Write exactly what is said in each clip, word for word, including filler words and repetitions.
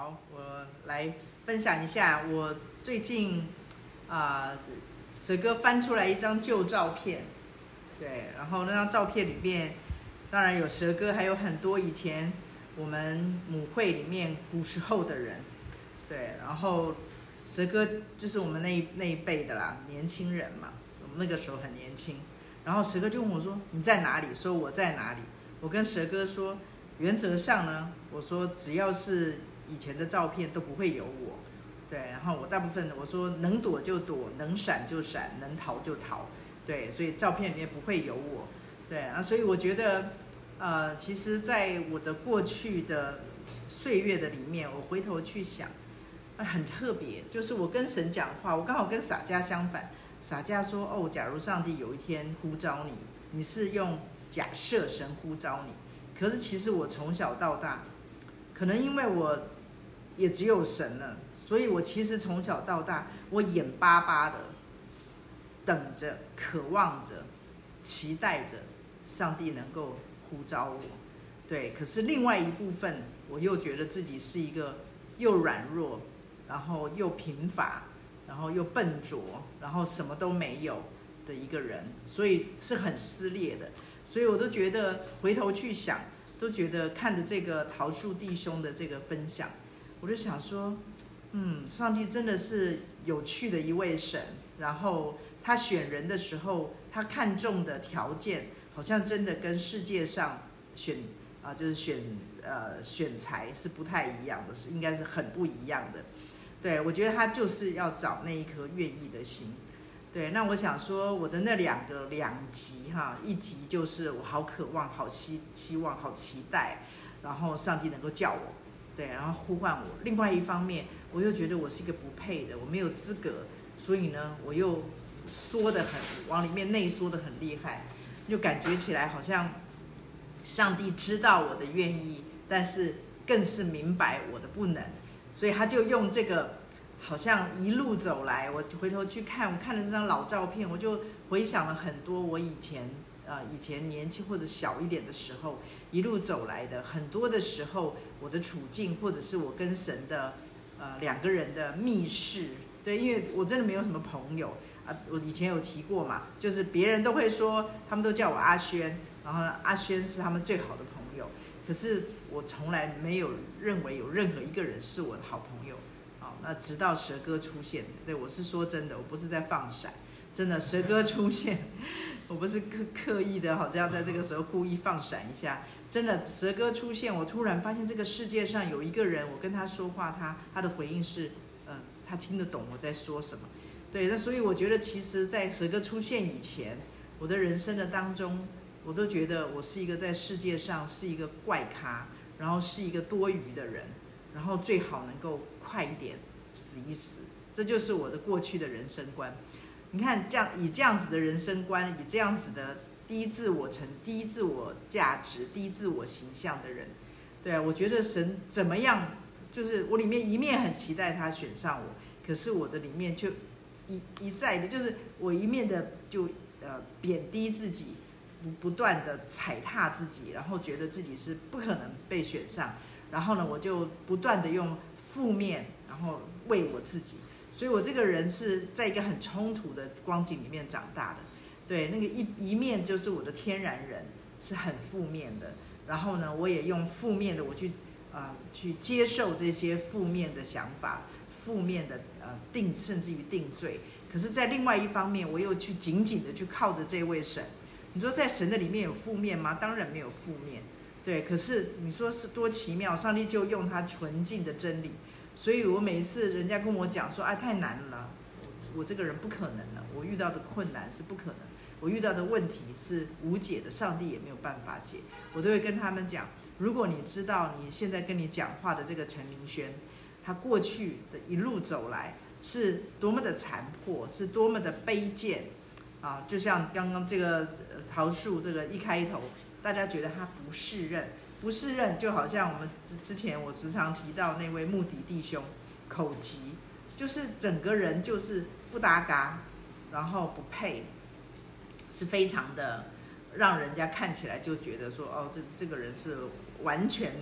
好，我来分享一下我最近啊，蛇哥翻出来一张旧照片，对，然后那张照片里面当然有蛇哥，还有很多以前我们母会里面古时候的人，对，然后蛇哥就是我们那一那一辈的啦，年轻人嘛，我们那个时候很年轻，然后蛇哥就问我说你在哪里？说我在哪里？我跟蛇哥说，原则上呢，我说只要是以前的照片都不会有我，对，然后我大部分我说能躲就躲，能闪就闪，能逃就逃，对，所以照片里面不会有我，对啊，所以我觉得，呃，其实在我的过去的岁月的里面，我回头去想，呃、很特别，就是我跟神讲话，我刚好跟撒迦相反，撒迦说，哦，假如上帝有一天呼召你，你是用假设神呼召你，可是其实我从小到大，可能因为我也只有神了，所以我其实从小到大，我眼巴巴的等着、渴望着、期待着上帝能够呼召我。对，可是另外一部分，我又觉得自己是一个又软弱，然后又贫乏，然后又笨拙，然后什么都没有的一个人，所以是很撕裂的。所以我都觉得回头去想，都觉得看着这个桃树弟兄的这个分享，我就想说，嗯，上帝真的是有趣的一位神。然后他选人的时候，他看重的条件，好像真的跟世界上选啊、呃，就是选呃选材是不太一样的，是应该是很不一样的。对，我觉得他就是要找那一颗愿意的心。对，那我想说，我的那两个两极哈，一极就是我好渴望、好希希望、好期待，然后上帝能够叫我，对，然后呼唤我。另外一方面，我又觉得我是一个不配的，我没有资格，所以呢，我又缩得很，往里面内缩得很厉害，就感觉起来好像上帝知道我的愿意，但是更是明白我的不能，所以他就用这个。好像一路走来，我回头去看，我看了这张老照片，我就回想了很多我以前呃以前年轻或者小一点的时候，一路走来的很多的时候，我的处境或者是我跟神的呃两个人的密室，对，因为我真的没有什么朋友啊，我以前有提过嘛，就是别人都会说，他们都叫我阿轩，然后阿轩是他们最好的朋友，可是我从来没有认为有任何一个人是我的好朋友。那直到蛇哥出现，对，我是说真的，我不是在放闪，真的蛇哥出现，我不是刻刻意的，好像在这个时候故意放闪一下，真的蛇哥出现，我突然发现这个世界上有一个人，我跟他说话，他他的回应是，呃，他听得懂我在说什么，对，那所以我觉得其实，在蛇哥出现以前，我的人生的当中，我都觉得我是一个在世界上是一个怪咖，然后是一个多余的人，然后最好能够快一点。死一死，这就是我的过去的人生观。你看，这样以这样子的人生观，以这样子的低自我成、低自我价值、低自我形象的人，对啊，我觉得神怎么样，就是我里面一面很期待他选上我，可是我的里面就一一再的，就是我一面的就呃贬低自己，不不断的踩踏自己，然后觉得自己是不可能被选上，然后呢，我就不断的用负面。然后为我自己，所以我这个人是在一个很冲突的光景里面长大的。对，那个一一面就是我的天然人是很负面的，然后呢，我也用负面的我去呃去接受这些负面的想法，负面的呃定甚至于定罪。可是，在另外一方面，我又去紧紧的去靠着这位神。你说在神的里面有负面吗？当然没有负面。对，可是你说是多奇妙，上帝就用他纯净的真理。所以我每一次人家跟我讲说，哎，太难了，我这个人不可能了，我遇到的困难是不可能，我遇到的问题是无解的，上帝也没有办法解，我都会跟他们讲，如果你知道你现在跟你讲话的这个陈明轩，他过去的一路走来是多么的残破，是多么的卑贱啊，就像刚刚这个桃树这个一开头，大家觉得他不适任。不适任就好像我们之前我时常提到那位穆迪弟兄，口疾，就是整个人就是不搭嘎，然后不配，是非常的让人家看起来就觉得说，哦，这这个人是完全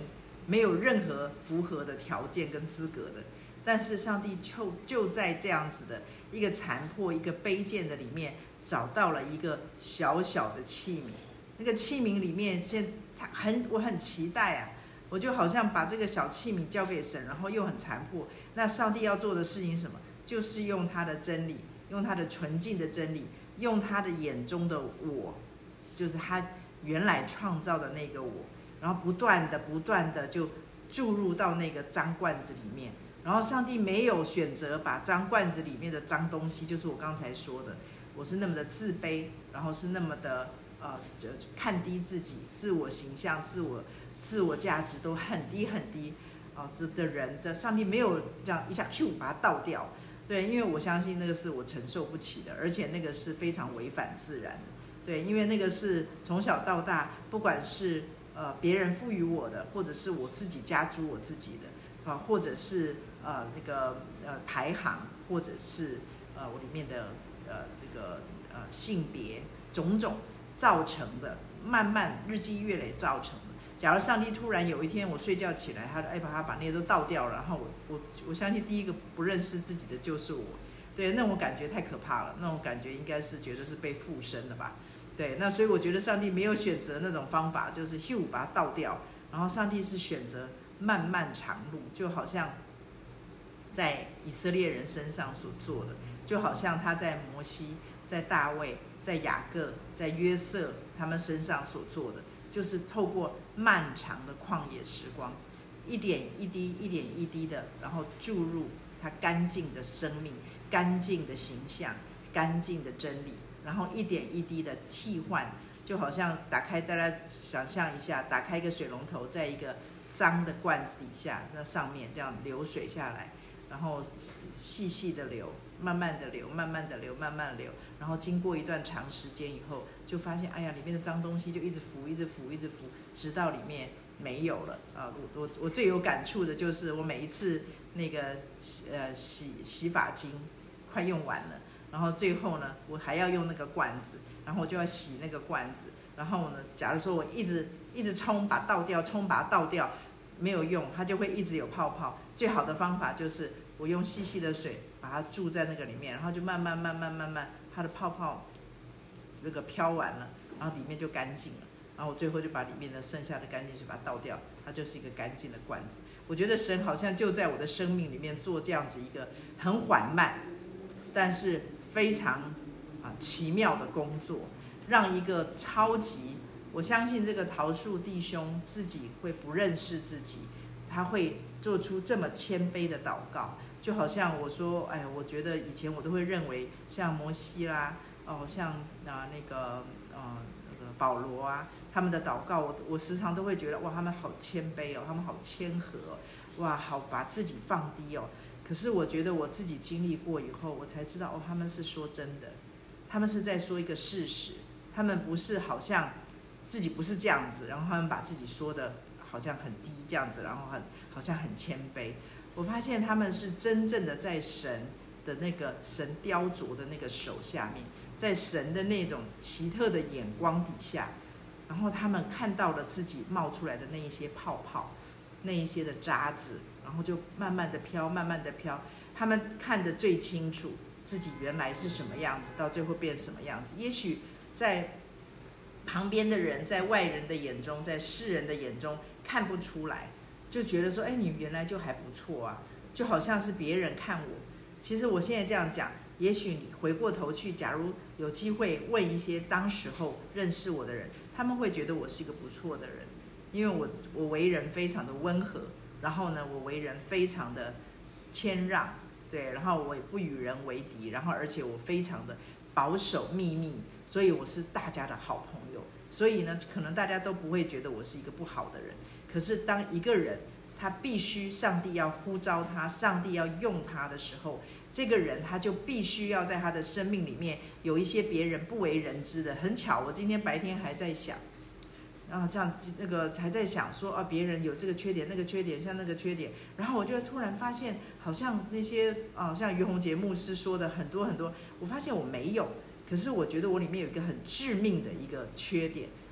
没有任何符合的条件跟资格的。但是上帝就就在这样子的一个残破、一个卑贱的里面，找到了一个小小的器皿。那个器皿里面，现他很我很期待啊，我就好像把这个小器皿交给神，然后又很残破。那上帝要做的事情是什么？就是用他的真理，用他的纯净的真理，用他的眼中的我，就是他原来创造的那个我，然后不断的、不断的就注入到那个脏罐子里面。然后上帝没有选择把脏罐子里面的脏东西，就是我刚才说的，我是那么的自卑，然后是那么的呃看低自己，自我形象、自我自我价值都很低很低啊的、呃、的人的，上帝没有这样一下咻把它倒掉。对，因为我相信那个是我承受不起的，而且那个是非常违反自然的。对，因为那个是从小到大，不管是呃别人赋予我的，或者是我自己加诸我自己的啊，或者是呃那个呃排行，或者是呃我里面的呃这个呃性别种种造成的，慢慢日积月累造成的。假如上帝突然有一天我睡觉起来，他哎把他把那些都倒掉了，然后我我我相信第一个不认识自己的就是我。对，那种感觉太可怕了，那种感觉应该是觉得是被附身了吧。对，那所以我觉得上帝没有选择那种方法，就是咻把它倒掉，然后上帝是选择漫漫长路，就好像在以色列人身上所做的，就好像他在摩西、在大卫、在雅各、在约瑟他们身上所做的，就是透过漫长的旷野时光，一点一滴、一点一滴的，然后注入他干净的生命、干净的形象、干净的真理，然后一点一滴的替换，就好像打开，大家想象一下，打开一个水龙头，在一个脏的罐子底下，那上面这样流水下来，然后细细的流，慢慢的流，慢慢的流，慢慢的流，然后经过一段长时间以后，就发现，哎呀，里面的脏东西就一直浮，一直浮，一直浮，直到里面没有了啊！我我我最有感触的就是，我每一次那个呃洗洗发精快用完了，然后最后呢，我还要用那个罐子，然后我就要洗那个罐子，然后呢，假如说我一直一直冲把它倒掉，冲把它倒掉，没有用，它就会一直有泡泡。最好的方法就是我用细细的水把它注在那个里面，然后就慢慢慢慢慢慢，它的泡泡那个飘完了，然后里面就干净了。然后我最后就把里面的剩下的干净水把它倒掉，它就是一个干净的罐子。我觉得神好像就在我的生命里面做这样子一个很缓慢，但是非常啊奇妙的工作，让一个超级，我相信这个桃树弟兄自己会不认识自己，他会做出这么谦卑的祷告，就好像我说，哎，我觉得以前我都会认为像摩西啦，哦，像啊那个呃那个保罗啊，他们的祷告，我我时常都会觉得哇，他们好谦卑哦，他们好谦和哦，哇，好把自己放低哦。可是我觉得我自己经历过以后，我才知道哦，他们是说真的，他们是在说一个事实，他们不是好像自己不是这样子，然后他们把自己说的好像很低这样子，然后很好像很谦卑。我发现他们是真正的在神的那个神雕琢的那个手下面，在神的那种奇特的眼光底下，然后他们看到了自己冒出来的那一些泡泡，那一些的渣子，然后就慢慢的飘，慢慢的飘。他们看得最清楚自己原来是什么样子，到最后变什么样子。也许在旁边的人，在外人的眼中，在世人的眼中看不出来，就觉得说，哎，你原来就还不错啊，就好像是别人看我。其实我现在这样讲，也许你回过头去，假如有机会问一些当时候认识我的人，他们会觉得我是一个不错的人，因为我我为人非常的温和，然后呢，我为人非常的谦让，对，然后我也不与人为敌，然后而且我非常的保守秘密，所以我是大家的好朋友。所以呢，可能大家都不会觉得我是一个不好的人。可是当一个人他必须上帝要呼召他，上帝要用他的时候，这个人他就必须要在他的生命里面有一些别人不为人知的。很巧，我今天白天还在想，啊，这样那个还在想说啊，别人有这个缺点那个缺点，像那个缺点，然后我就突然发现，好像那些啊，像于洪杰牧师说的很多很多，我发现我没有。可是我觉得我里面有一个很致命的一个缺点，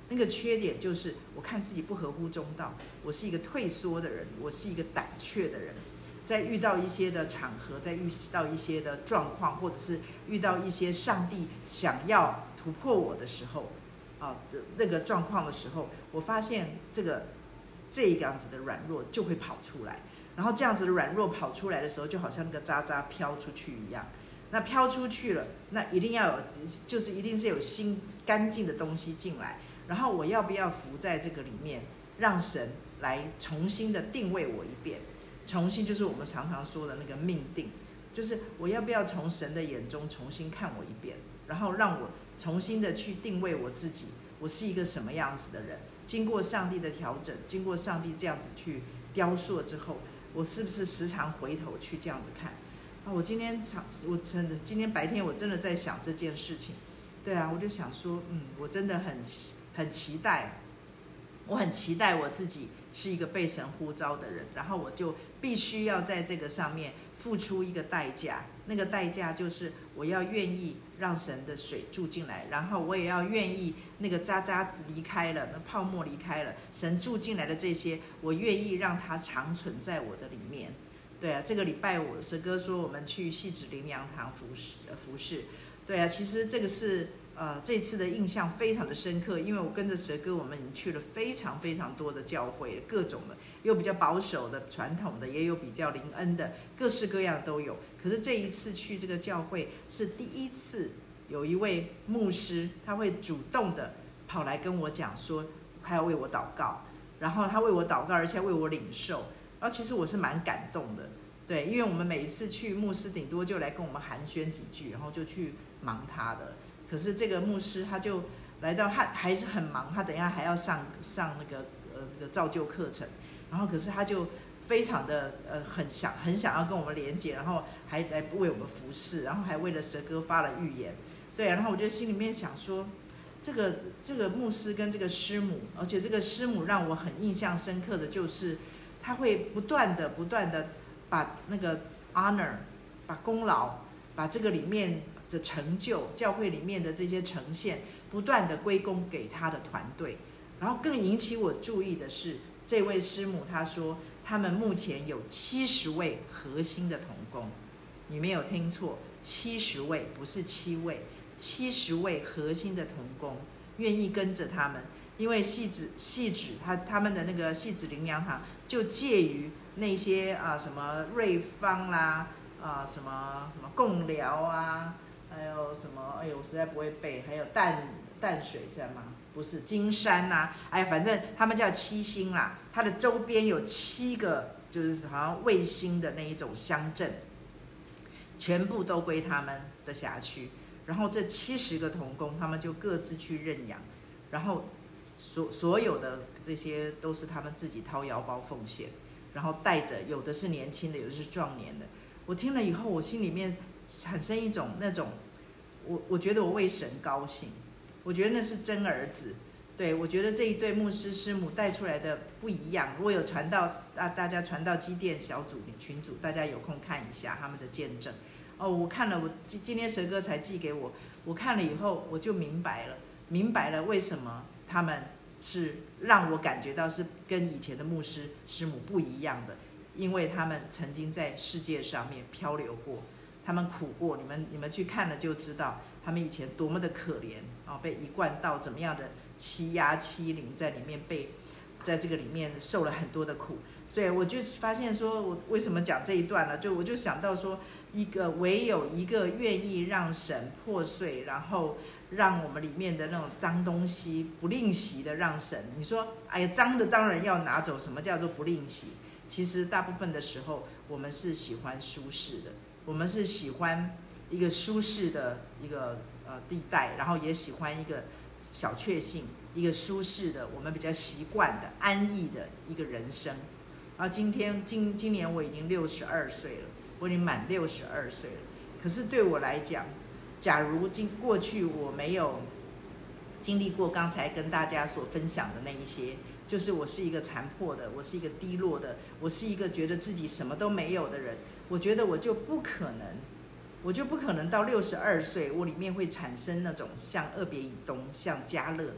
那个缺点就是我看自己不合乎中道，我是一个退缩的人，我是一个胆怯的人。在遇到一些的场合，在遇到一些的状况，或者是遇到一些上帝想要突破我的时候，啊，那个状况的时候，我发现这个这样子的软弱就会跑出来，然后这样子的软弱跑出来的时候，就好像那个渣渣飘出去一样。那飘出去了，那一定要有，就是一定是有新干净的东西进来。然后我要不要浮在这个里面，让神来重新的定位我一遍？重新就是我们常常说的那个命定，就是我要不要从神的眼中重新看我一遍，然后让我重新的去定位我自己，我是一个什么样子的人？经过上帝的调整，经过上帝这样子去雕塑之后，我是不是时常回头去这样子看？啊，我今天常，我真的今天白天我真的在想这件事情，对啊，我就想说，嗯，我真的很很期待，我很期待我自己是一个被神呼召的人，然后我就必须要在这个上面付出一个代价，那个代价就是我要愿意让神的水注进来，然后我也要愿意那个渣渣离开了，那泡沫离开了，神注进来的这些，我愿意让它长存在我的里面。对啊，这个礼拜我蛇哥说我们去汐止灵粮堂服侍，服侍，对啊，其实这个是呃这次的印象非常的深刻，因为我跟着蛇哥，我们已经去了非常非常多的教会，各种的，有比较保守的、传统的，也有比较灵恩的，各式各样都有。可是这一次去这个教会是第一次，有一位牧师他会主动的跑来跟我讲说，他要为我祷告，然后他为我祷告，而且为我领受。然后其实我是蛮感动的，对，因为我们每一次去，牧师顶多就来跟我们寒暄几句，然后就去忙他的。可是这个牧师他就来到，他还是很忙，他等一下还要上上那个呃那个造就课程，然后可是他就非常的呃很想很想要跟我们连接，然后还来为我们服侍，然后还为了蛇哥发了预言，对，然后我就心里面想说，这个这个牧师跟这个师母，而且这个师母让我很印象深刻的就是。他会不断的、不断的把那个 honor、把功劳、把这个里面的成就、教会里面的这些呈现，不断的归功给他的团队。然后更引起我注意的是，这位师母她说，他们目前有七十位核心的同工，你没有听错，七十位不是七位，七十位核心的同工愿意跟着他们。因为汐止汐止他他们的那个汐止灵粮堂就介于那些啊什么瑞芳啦啊什么什么贡寮啊，还有什么哎呦我实在不会背，还有淡淡水是吗？不是金山呐、啊，哎反正他们叫七星啦，它的周边有七个就是好像卫星的那一种乡镇，全部都归他们的辖区。然后这七十个同工，他们就各自去认养，然后。所所有的这些都是他们自己掏腰包奉献，然后带着，有的是年轻的，有的是壮年的。我听了以后，我心里面产生一种那种，我我觉得我为神高兴，我觉得那是真儿子。对，我觉得这一对牧师师母带出来的不一样。如果有传到大大家传到基甸小组群组，大家有空看一下他们的见证。哦，我看了，我今天蛇哥才寄给我，我看了以后我就明白了，明白了为什么。他们是让我感觉到是跟以前的牧师师母不一样的，因为他们曾经在世界上面漂流过，他们苦过，你们你们去看了就知道，他们以前多么的可怜啊、哦，被一贯道怎么样的欺压欺凌，在里面被在这个里面受了很多的苦，所以我就发现说，我为什么讲这一段呢？就我就想到说，一个唯有一个愿意让神破碎，然后。让我们里面的那种脏东西不吝惜的让神，你说，哎呀，脏的当然要拿走。什么叫做不吝惜？其实大部分的时候，我们是喜欢舒适的，我们是喜欢一个舒适的一个呃地带，然后也喜欢一个小确幸，一个舒适的，我们比较习惯的安逸的一个人生。然后今天今今年我已经六十二岁了，我已经满六十二岁了。可是对我来讲，假如经过去我没有经历过刚才跟大家所分享的那一些，就是我是一个残破的，我是一个低落的，我是一个觉得自己什么都没有的人，我觉得我就不可能，我就不可能到六十二岁，我里面会产生那种像俄别以东、像迦勒的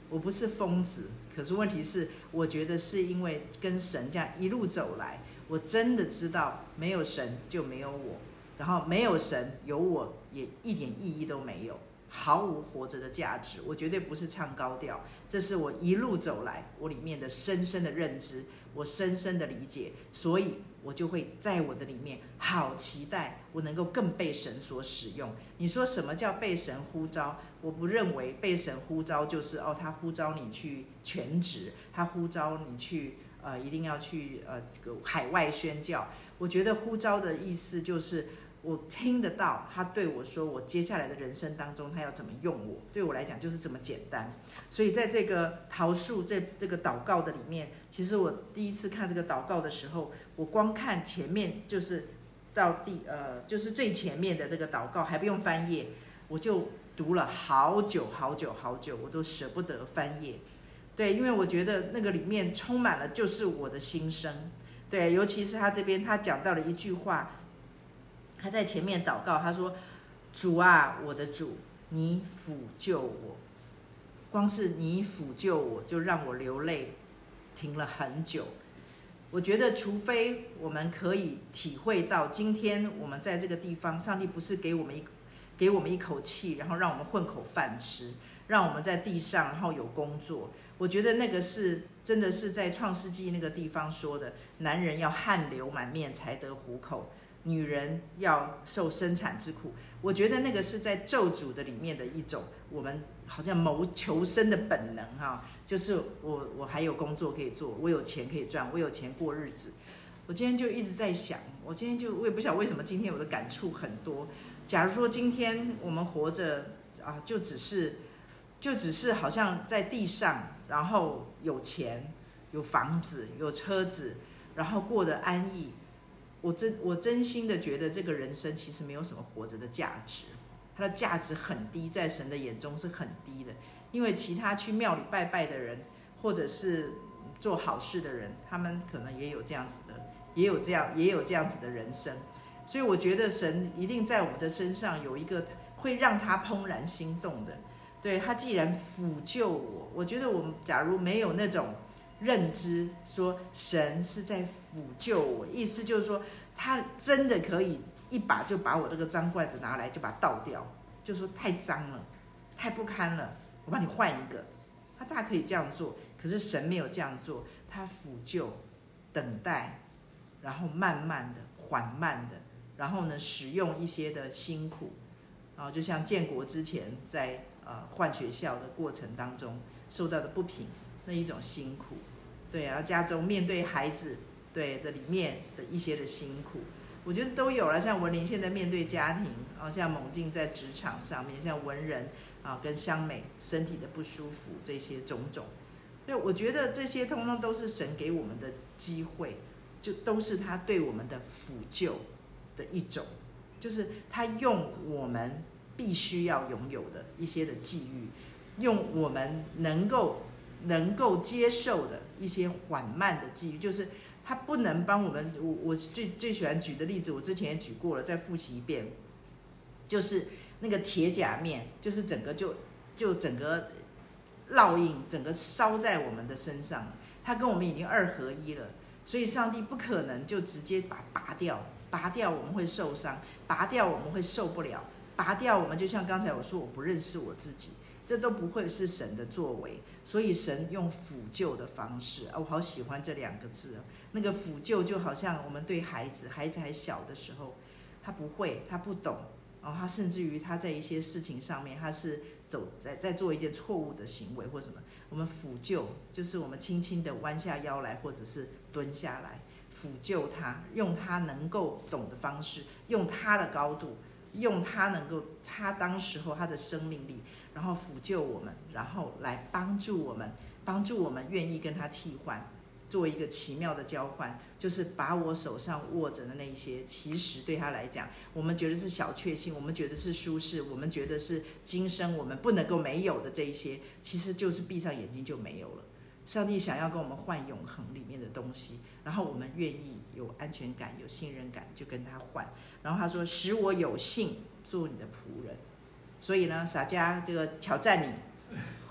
我不是疯子，可是问题是，我觉得是因为跟神这样一路走来，我真的知道没有神就没有我，然后没有神有我也一点意义都没有，毫无活着的价值。我绝对不是唱高调，这是我一路走来我里面的深深的认知，我深深的理解，所以我就会在我的里面好期待我能够更被神所使用。你说什么叫被神呼召？我不认为被神呼召就是哦，他呼召你去全职，他呼召你去呃一定要去呃海外宣教。我觉得呼召的意思就是我听得到他对我说，我接下来的人生当中他要怎么用我，对我来讲就是这么简单。所以在这个桃树这这个祷告的里面，其实我第一次看这个祷告的时候，我光看前面就是到第呃就是最前面的这个祷告还不用翻页，我就读了好久好久好久，我都舍不得翻页。对，因为我觉得那个里面充满了就是我的心声。对，尤其是他这边他讲到了一句话，他在前面祷告，他说：“主啊，我的主，你抚救我。”光是你抚救我，就让我流泪，停了很久。我觉得，除非我们可以体会到，今天我们在这个地方，上帝不是给我们一给我们一口气，然后让我们混口饭吃，让我们在地上然后有工作。我觉得那个是真的是在创世纪那个地方说的，男人要汗流满面才得糊口，女人要受生产之苦。我觉得那个是在咒诅的里面的一种，我们好像谋求生的本能哈，就是我我还有工作可以做，我有钱可以赚，我有钱过日子。我今天就一直在想，我今天就我也不晓得为什么今天我的感触很多。假如说今天我们活着啊，就只是就只是好像在地上，然后有钱、有房子、有车子，然后过得安逸。我真我真心的觉得这个人生其实没有什么活着的价值，它的价值很低，在神的眼中是很低的。因为其他去庙里拜拜的人，或者是做好事的人，他们可能也有这样子的，也有这样也有这样子的人生。所以我觉得神一定在我们的身上有一个会让他怦然心动的。对，他既然抚救我，我觉得我们假如没有那种认知，说神是在抚救我，意思就是说他真的可以一把就把我这个脏罐子拿来就把它倒掉，就说太脏了，太不堪了，我帮你换一个。他大可以这样做，可是神没有这样做，他抚救、等待，然后慢慢的、缓慢的，然后呢使用一些的辛苦，然后就像建国之前在呃换学校的过程当中受到的不平，那一种辛苦。对啊，家中面对孩子对的里面的一些的辛苦，我觉得都有了。像文林现在面对家庭，啊，像猛进在职场上面，像文人啊跟香美身体的不舒服，这些种种，对，我觉得这些通通都是神给我们的机会，就都是他对我们的抚救的一种，就是他用我们必须要拥有的一些的际遇，用我们能够能够接受的一些缓慢的际遇，就是他不能帮我们。我我最最喜欢举的例子，我之前也举过了，再复习一遍，就是那个铁甲面，就是整个就就整个烙印，整个烧在我们的身上，它跟我们已经二合一了，所以上帝不可能就直接把它拔掉，拔掉我们会受伤，拔掉我们会受不了，拔掉我们就像刚才我说，我不认识我自己。这都不会是神的作为，所以神用抚救的方式啊，我好喜欢这两个字。那个抚救就好像我们对孩子，孩子还小的时候，他不会，他不懂，然后他甚至于他在一些事情上面，他是走在在做一件错误的行为或什么，我们抚救就是我们轻轻的弯下腰来，或者是蹲下来抚救他，用他能够懂的方式，用他的高度，用他能够他当时候他的生命力。然后抚救我们，然后来帮助我们，帮助我们愿意跟他替换，做一个奇妙的交换，就是把我手上握着的那些，其实对他来讲，我们觉得是小确幸，我们觉得是舒适，我们觉得是今生我们不能够没有的这一些，其实就是闭上眼睛就没有了。上帝想要跟我们换永恒里面的东西，然后我们愿意有安全感、有信任感，就跟他换。然后他说：“使我有幸做你的仆人。”所以呢，撒迦这个挑战你，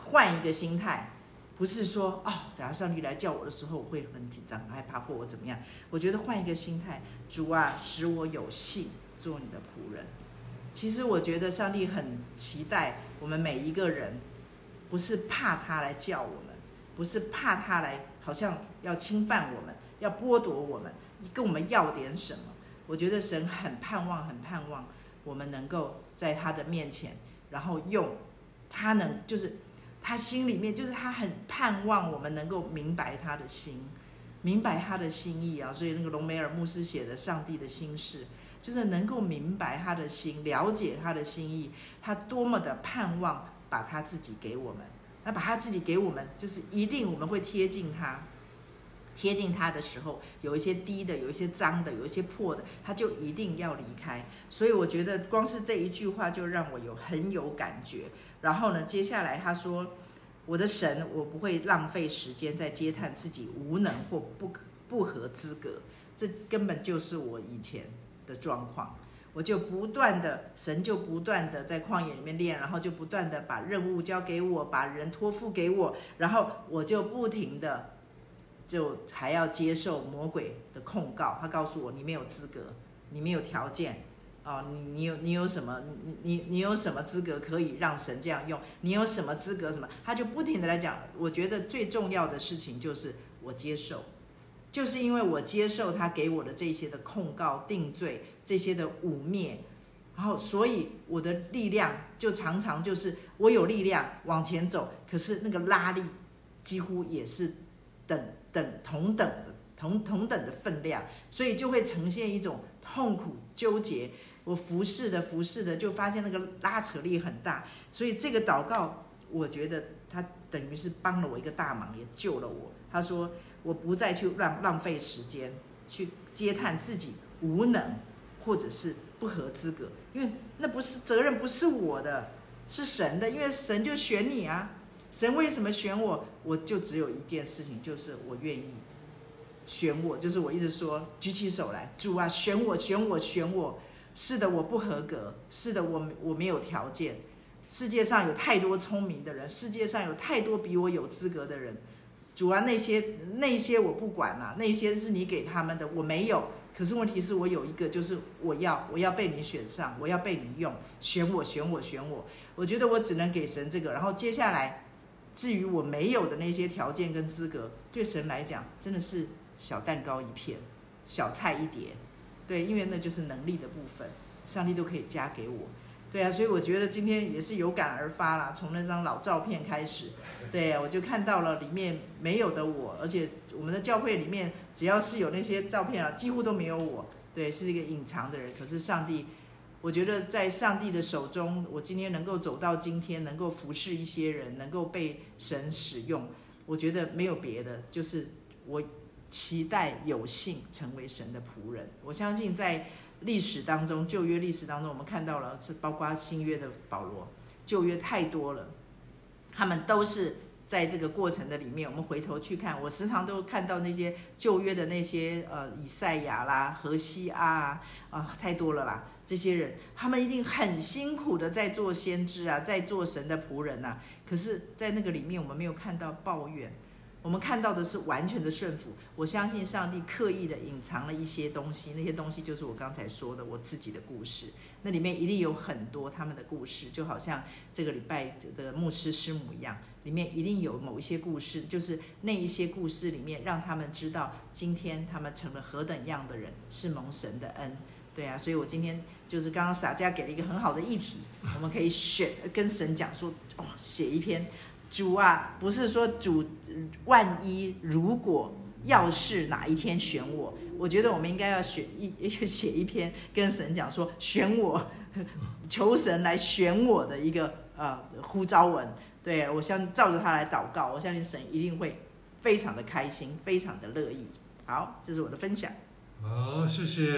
换一个心态，不是说哦，等下上帝来叫我的时候，我会很紧张、很害怕，或我怎么样。我觉得换一个心态，主啊，使我有幸做你的仆人。其实我觉得上帝很期待我们每一个人，不是怕他来叫我们，不是怕他来好像要侵犯我们，要剥夺我们，跟我们要点什么。我觉得神很盼望，很盼望我们能够在他的面前，然后用他能，就是他心里面，就是他很盼望我们能够明白他的心，明白他的心意啊。所以那个隆美尔牧师写的《上帝的心事》，就是能够明白他的心，了解他的心意，他多么的盼望把他自己给我们。那把他自己给我们，就是一定我们会贴近他。贴近他的时候，有一些低的，有一些脏的，有一些破的，他就一定要离开。所以我觉得光是这一句话就让我有很有感觉。然后呢，接下来他说：“我的神，我不会浪费时间在嗟叹自己无能或不不合资格。”这根本就是我以前的状况。我就不断的，神就不断的在旷野里面练，然后就不断的把任务交给我，把人托付给我，然后我就不停的。就还要接受魔鬼的控告，他告诉我你没有资格，你没有条件，哦，你你有你有什么你你你有什么资格可以让神这样用？你有什么资格什么？他就不停的来讲。我觉得最重要的事情就是我接受，就是因为我接受他给我的这些的控告、定罪、这些的污蔑，然后所以我的力量就常常就是我有力量往前走，可是那个拉力几乎也是等。等同等的同同等的分量，所以就会呈现一种痛苦纠结。我服侍的服侍的，就发现那个拉扯力很大。所以这个祷告，我觉得他等于是帮了我一个大忙，也救了我。他说：“我不再去浪浪费时间去嗟叹自己无能，或者是不合资格，因为那不是责任，不是我的，是神的。因为神就选你啊。”神为什么选我？我就只有一件事情，就是我愿意选我，就是我一直说举起手来，主啊，选我，选我，选我。是的，我不合格，是的，我我没有条件。世界上有太多聪明的人，世界上有太多比我有资格的人。主啊，那些那些我不管啦、啊，那些是你给他们的，我没有。可是问题是我有一个，就是我要我要被你选上，我要被你用，选我，选我，选我。我觉得我只能给神这个，然后接下来。至于我没有的那些条件跟资格，对神来讲真的是小蛋糕一片，小菜一碟，对，因为那就是能力的部分，上帝都可以加给我，对啊，所以我觉得今天也是有感而发啦，从那张老照片开始，对啊，我就看到了里面没有的我，而且我们的教会里面只要是有那些照片啊，几乎都没有我，对，是一个隐藏的人，可是上帝。我觉得在上帝的手中，我今天能够走到今天，能够服侍一些人，能够被神使用，我觉得没有别的，就是我期待有幸成为神的仆人。我相信在历史当中，旧约历史当中，我们看到了是包括新约的保罗，旧约太多了，他们都是在这个过程的里面，我们回头去看，我时常都看到那些旧约的那些呃以赛亚啦、何西阿啊，啊太多了啦。这些人，他们一定很辛苦的在做先知啊，在做神的仆人啊。可是，在那个里面，我们没有看到抱怨，我们看到的是完全的顺服。我相信上帝刻意的隐藏了一些东西，那些东西就是我刚才说的我自己的故事。那里面一定有很多他们的故事，就好像这个礼拜的牧师师母一样，里面一定有某一些故事，就是那一些故事里面，让他们知道今天他们成了何等样的人，是蒙神的恩。对啊，所以我今天就是刚刚洒家给了一个很好的议题，我们可以选跟神讲说，哦，写一篇。主啊，不是说主万一如果要是哪一天选我，我觉得我们应该要选一写一篇跟神讲说，选我，求神来选我的一个呃呼召文。对，我相信照着他来祷告，我相信神一定会非常的开心，非常的乐意。好，这是我的分享。 好，谢谢。